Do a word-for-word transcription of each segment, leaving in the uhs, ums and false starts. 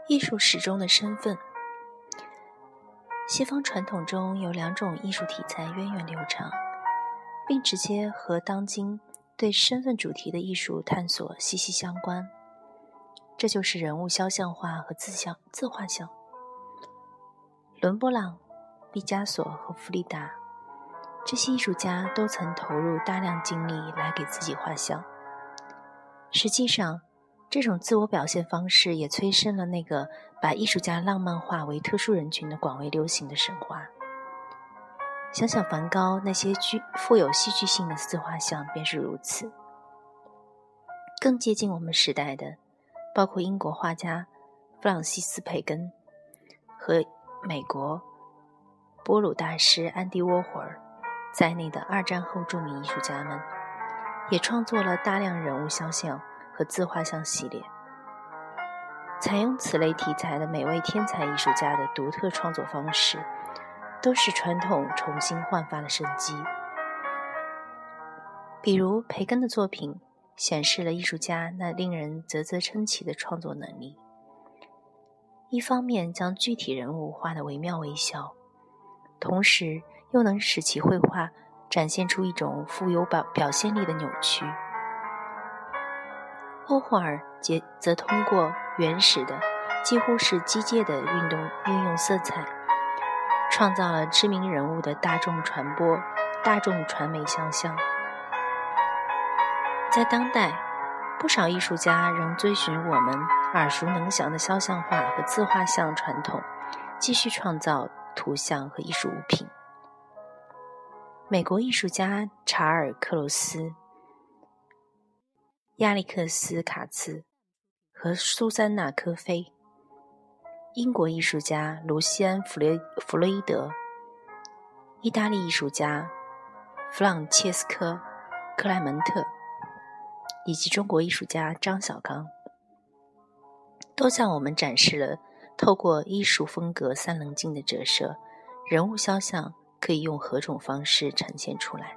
艺术史中的身份。西方传统中有两种艺术题材源远流长，并直接和当今对身份主题的艺术探索息息相关，这就是人物肖像画和自像自画像。伦勃朗、毕加索和弗里达这些艺术家都曾投入大量精力来给自己画像。实际上，这种自我表现方式也催生了那个把艺术家浪漫化为特殊人群的广为流行的神话。想想梵高那些具富有戏剧性的自画像便是如此。更接近我们时代的，包括英国画家弗朗西斯·培根和美国波鲁大师安迪·沃霍尔在内的二战后著名艺术家们，也创作了大量人物肖像和自画像系列。采用此类题材的每位天才艺术家的独特创作方式，都使传统重新焕发了生机。比如培根的作品显示了艺术家那令人啧啧称奇的创作能力，一方面将具体人物画得惟妙惟肖，同时又能使其绘画展现出一种富有表表现力的扭曲。欧霍尔则通过原始的几乎是机械的运动运用色彩，创造了知名人物的大众传播大众传媒肖像。在当代，不少艺术家仍追寻我们耳熟能详的肖像画和自画像传统，继续创造图像和艺术物品。美国艺术家查尔·克罗斯、亚历克斯·卡茨和苏珊娜·科菲，英国艺术家卢西安·弗雷弗洛伊德，意大利艺术家弗朗切斯科·克莱门特，以及中国艺术家张小刚，都向我们展示了透过艺术风格三棱镜的折射，人物肖像可以用何种方式呈现出来。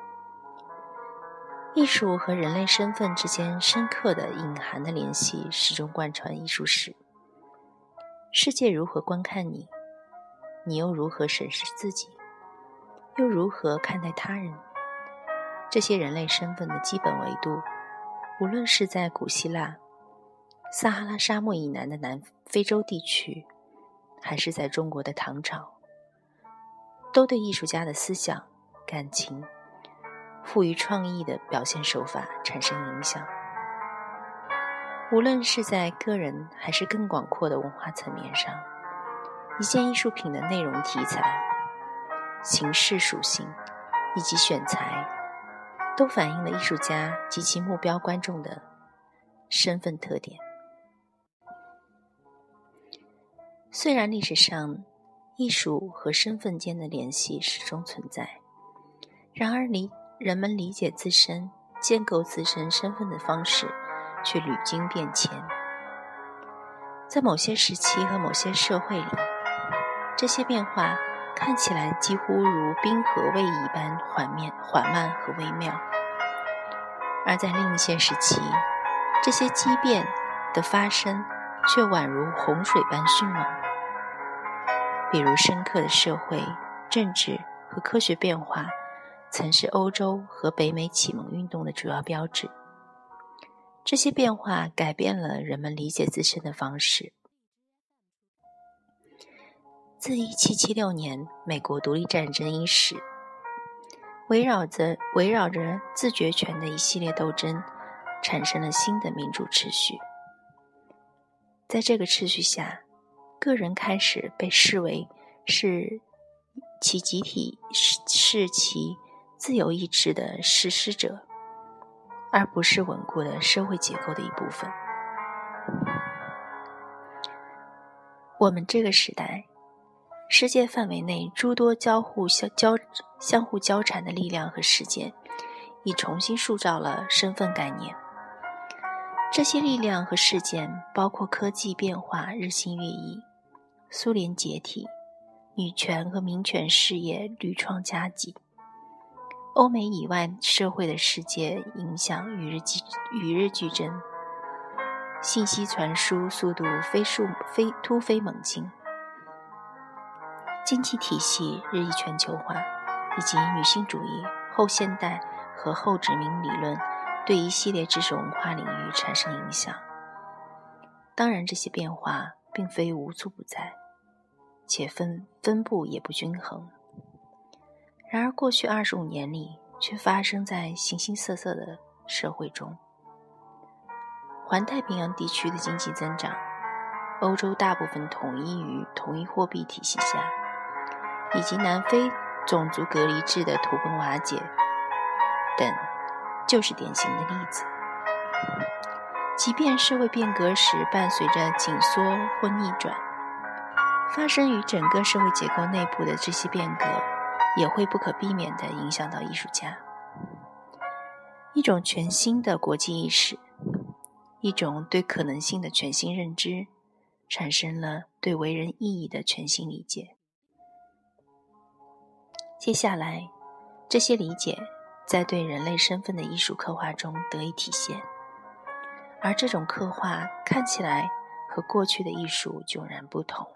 艺术和人类身份之间深刻的隐含的联系始终贯穿艺术史。世界如何观看你，你又如何审视自己，又如何看待他人？这些人类身份的基本维度，无论是在古希腊、撒哈拉沙漠以南的南非洲地区，还是在中国的唐朝，都对艺术家的思想、感情、富于创意的表现手法产生影响。无论是在个人还是更广阔的文化层面上，一件艺术品的内容题材、形式属性以及选材，都反映了艺术家及其目标观众的身份特点。虽然历史上艺术和身份间的联系始终存在，然而理人们理解自身、建构自身身份的方式却屡经变迁。在某些时期和某些社会里，这些变化看起来几乎如冰河位移一般缓慢、缓慢和微妙；而在另一些时期，这些畸变的发生却宛如洪水般迅猛。比如深刻的社会、政治和科学变化曾是欧洲和北美启蒙运动的主要标志。这些变化改变了人们理解自身的方式。自一七七六年美国独立战争伊始，围绕着围绕着自决权的一系列斗争，产生了新的民主秩序。在这个秩序下，个人开始被视为是其集体是其自由意志的实施者，而不是稳固的社会结构的一部分。我们这个时代，世界范围内诸多交互相交相互交缠的力量和事件，已重新塑造了身份概念。这些力量和事件包括科技变化日新月异、苏联解体、女权和民权事业屡创佳绩、欧美以外社会的世界影响与日俱与日俱增， 信息传输速度飞速飞突飞猛进，经济体系日益全球化，以及女性主义、后现代和后殖民理论对一系列知识文化领域产生影响。当然，这些变化并非无处不在，且分分布也不均衡。然而，过去二十五年里，却发生在形形色色的社会中。环太平洋地区的经济增长，欧洲大部分统一于统一货币体系下，以及南非种族隔离制的土崩瓦解等，就是典型的例子。即便社会变革时伴随着紧缩或逆转，发生于整个社会结构内部的这些变革，也会不可避免地影响到艺术家。一种全新的国际意识，一种对可能性的全新认知，产生了对为人意义的全新理解。接下来，这些理解在对人类身份的艺术刻画中得以体现，而这种刻画看起来和过去的艺术迥然不同。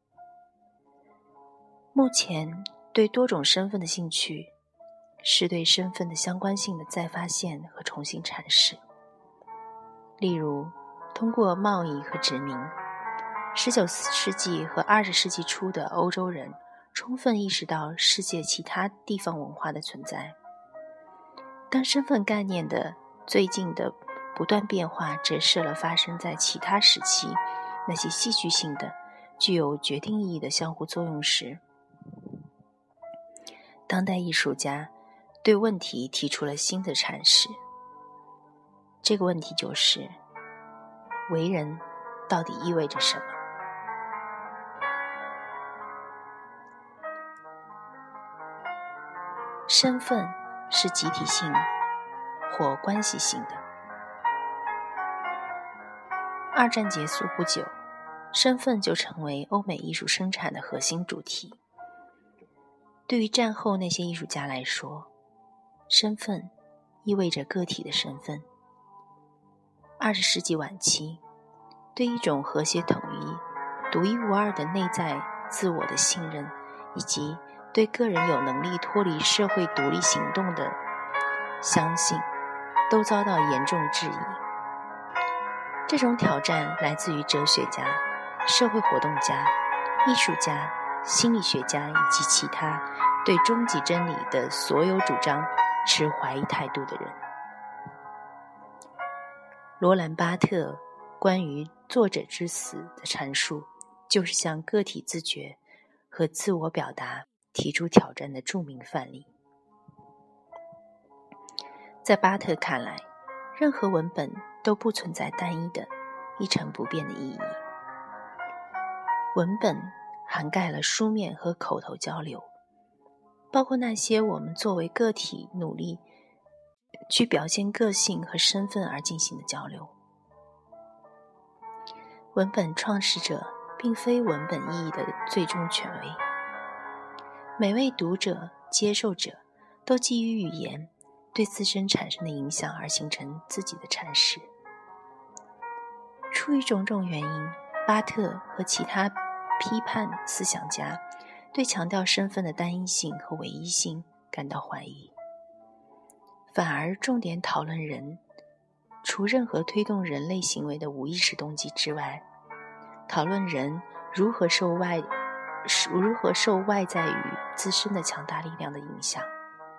目前对多种身份的兴趣，是对身份的相关性的再发现和重新阐释。例如，通过贸易和殖民，十九世纪和二十世纪初的欧洲人充分意识到世界其他地方文化的存在。当身份概念的最近的不断变化折射了发生在其他时期那些戏剧性的、具有决定意义的相互作用时，当代艺术家对问题提出了新的阐释。这个问题就是：为人到底意味着什么？身份是集体性或关系性的。二战结束不久，身份就成为欧美艺术生产的核心主题。对于战后那些艺术家来说，身份意味着个体的身份。二十世纪晚期，对一种和谐统一、独一无二的内在自我的信任，以及对个人有能力脱离社会独立行动的相信，都遭到严重质疑。这种挑战来自于哲学家、社会活动家、艺术家、心理学家以及其他对终极真理的所有主张持怀疑态度的人。罗兰·巴特关于作者之死的阐述，就是向个体自觉和自我表达提出挑战的著名范例。在巴特看来，任何文本都不存在单一的、一成不变的意义。文本涵盖了书面和口头交流，包括那些我们作为个体努力去表现个性和身份而进行的交流。文本创始者并非文本意义的最终权威，每位读者、接受者都基于语言对自身产生的影响而形成自己的阐释。出于种种原因，巴特和其他批判思想家对强调身份的单一性和唯一性感到怀疑，反而重点讨论人，除任何推动人类行为的无意识动机之外，讨论人如何受外如何受外在与自身的强大力量的影响。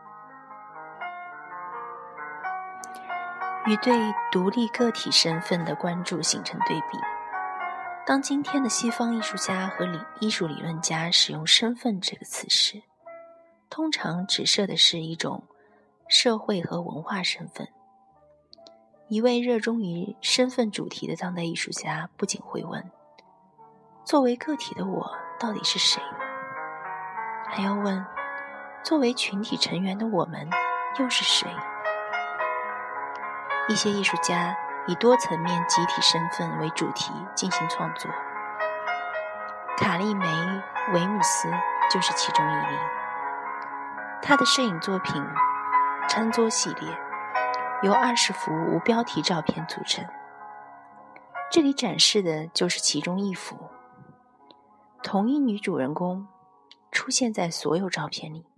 与对独立个体身份的关注形成对比。当今天的西方艺术家和理艺术理论家使用身份这个词时，通常指涉的是一种社会和文化身份。一位热衷于身份主题的当代艺术家不仅会问，作为个体的我到底是谁？还要问，作为群体成员的我们又是谁？一些艺术家以多层面集体身份为主题进行创作，卡利梅·维姆斯就是其中一例。他的摄影作品餐桌系列由二十幅无标题照片组成， 这里展示的就是其中一幅，同一女主人公出现在所有照片里。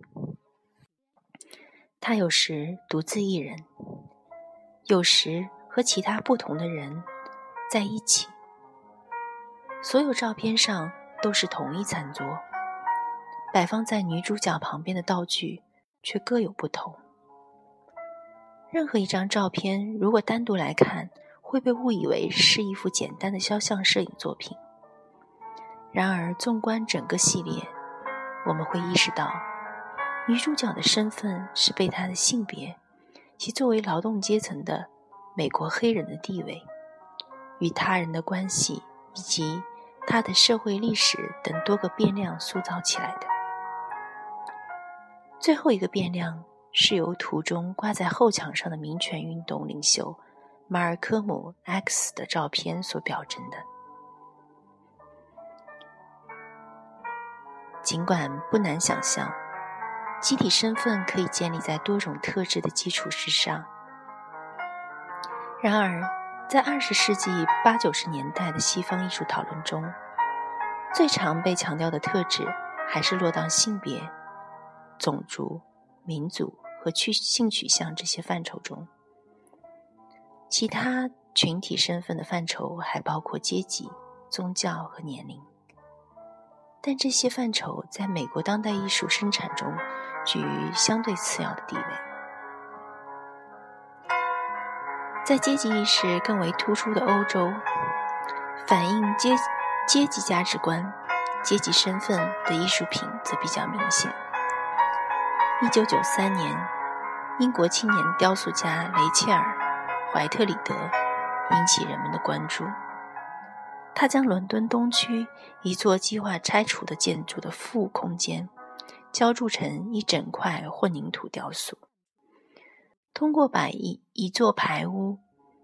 她有时独自一人，有时和其他不同的人在一起。所有照片上都是同一餐桌，摆放在女主角旁边的道具却各有不同。任何一张照片如果单独来看，会被误以为是一幅简单的肖像摄影作品。然而纵观整个系列，我们会意识到女主角的身份是被她的性别，其作为劳动阶层的美国黑人的地位，与他人的关系，以及她的社会历史等多个变量塑造起来的。最后一个变量是由图中挂在后墙上的民权运动领袖马尔科姆 X 的照片所表征的。尽管不难想象，集体身份可以建立在多种特质的基础之上，然而在二十世纪八九十年代的西方艺术讨论中，最常被强调的特质还是落到性别、种族、民族和去性取向这些范畴中。其他群体身份的范畴还包括阶级、宗教和年龄，但这些范畴在美国当代艺术生产中居于相对次要的地位。在阶级意识更为突出的欧洲，反映阶阶级价值观、阶级身份的艺术品则比较明显。一九九三年，英国青年雕塑家雷切尔·怀特里德引起人们的关注。他将伦敦东区一座计划拆除的建筑的副空间浇筑成一整块混凝土雕塑，通过把一一座排屋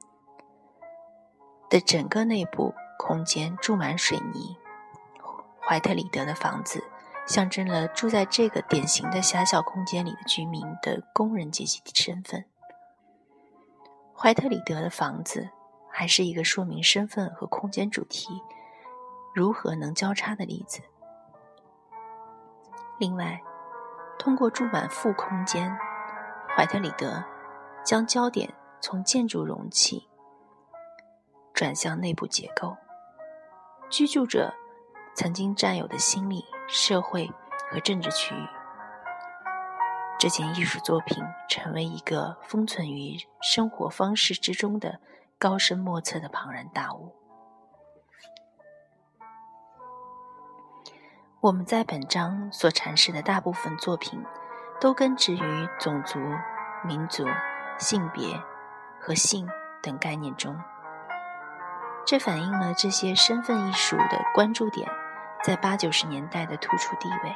的整个内部空间注满水泥，怀特里德的房子象征了住在这个典型的狭小空间里的居民的工人阶级身份。怀特里德的房子还是一个说明身份和空间主题如何能交叉的例子。另外，通过注满副空间，怀特里德将焦点从建筑容器转向内部结构，居住者曾经占有的心理、社会和政治区域。这件艺术作品成为一个封存于生活方式之中的高深莫测的庞然大物。我们在本章所阐释的大部分作品都根植于种族、民族、性别和性等概念中，这反映了这些身份艺术的关注点在八九十年代的突出地位。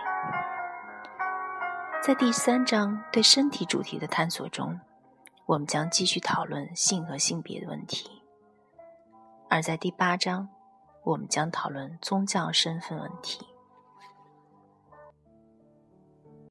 在第三章对身体主题的探索中，我们将继续讨论性和性别的问题，而在第八章，我们将讨论宗教身份问题。